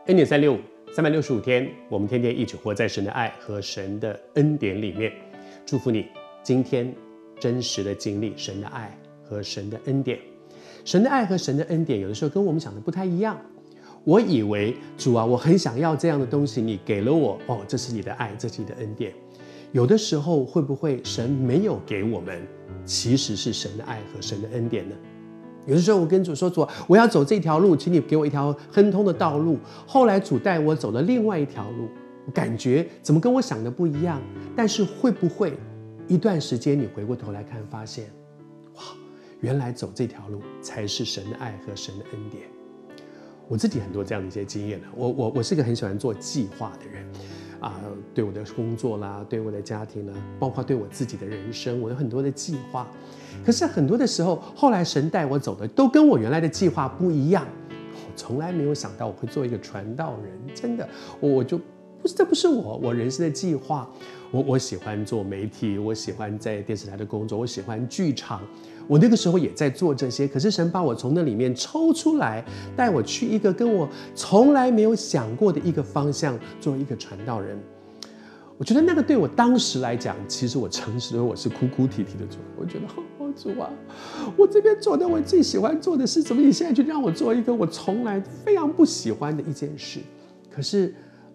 恩典365 365天，我们天天一起活在神的爱和神的恩典里面。祝福你今天真实的经历神的爱和神的恩典。神的爱和神的恩典有的时候跟我们想的不太一样。我以为主啊，我很想要这样的东西，你给了我，这是你的爱，这是你的恩典。有的时候会不会神没有给我们，其实是神的爱和神的恩典呢？有的时候我跟主说，主，我要走这条路，请你给我一条亨通的道路。后来主带我走了另外一条路，感觉怎么跟我想的不一样。但是会不会一段时间你回过头来看，发现哇，原来走这条路才是神的爱和神的恩典。我自己很多这样的一些经验。我是个很喜欢做计划的人对我的工作啦，对我的家庭啦，包括对我自己的人生，我有很多的计划。可是很多的时候，后来神带我走的都跟我原来的计划不一样。我从来没有想到我会做一个传道人，真的，这不是我人生的计划。我喜欢做媒体，我喜欢在电视台的工作，我喜欢剧场。我那个时候也在做这些，可是神把我从那里面抽出来，带我去一个跟我从来没有想过的一个方向，做一个传道人。我觉得那个对我当时来讲，其实我诚实的我是哭哭啼啼的做。我觉得主啊，我这边做的我最喜欢做的事，怎么你现在就让我做一个我从来非常不喜欢的一件事？可是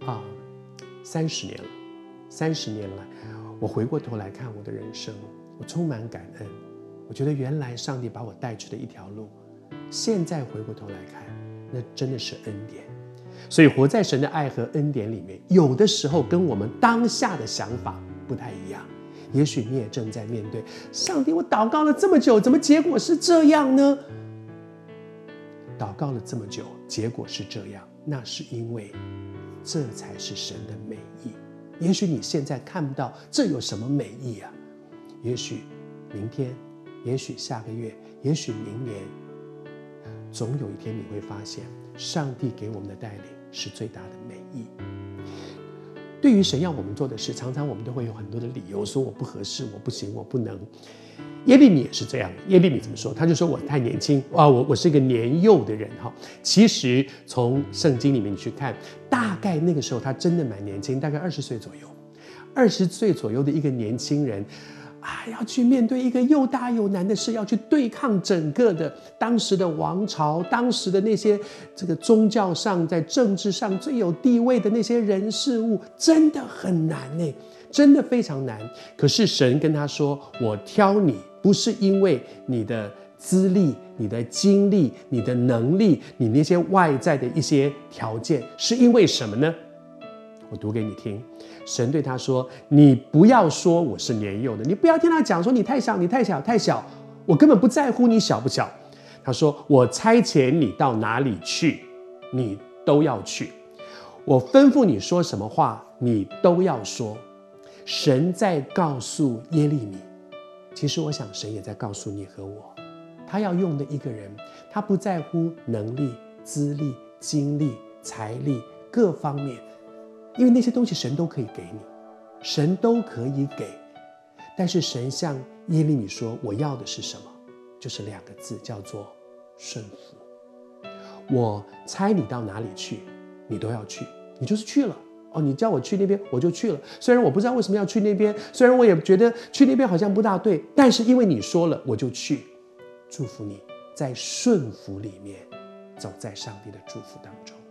30年了，30年来，我回过头来看我的人生，我充满感恩。我觉得原来上帝把我带去的一条路，现在回过头来看，那真的是恩典。所以活在神的爱和恩典里面，有的时候跟我们当下的想法不太一样。也许你也正在面对，上帝，我祷告了这么久，怎么结果是这样呢？祷告了这么久，结果是这样，那是因为这才是神的美意。也许你现在看不到这有什么美意啊？也许明天，也许下个月，也许明年，总有一天你会发现，上帝给我们的带领是最大的美意。对于神要我们做的事，常常我们都会有很多的理由，说我不合适，我不行，我不能。耶利米也是这样。耶利米怎么说？他就说我太年轻我是一个年幼的人其实从圣经里面去看，大概那个时候他真的蛮年轻，大概20岁左右。20岁左右的一个年轻人要去面对一个又大又难的事，要去对抗整个的当时的王朝，当时的那些这个宗教上在政治上最有地位的那些人事物，真的很难真的非常难。可是神跟他说，我挑你不是因为你的资历，你的经历，你的能力，你那些外在的一些条件，是因为什么呢？我读给你听。神对他说，你不要说我是年幼的，你不要听他讲说你太小，你太小，太小，我根本不在乎你小不小。他说，我差遣你到哪里去，你都要去，我吩咐你说什么话，你都要说。神在告诉耶利米，其实我想神也在告诉你和我，他要用的一个人，他不在乎能力、资历、经历、财力各方面，因为那些东西神都可以给你，神都可以给。但是神向耶利米说，我要的是什么？就是2个字，叫做顺服。我差你到哪里去，你都要去，你就是去了。你叫我去那边，我就去了。虽然我不知道为什么要去那边，虽然我也觉得去那边好像不大对，但是因为你说了，我就去。祝福你在顺服里面，走在上帝的祝福当中。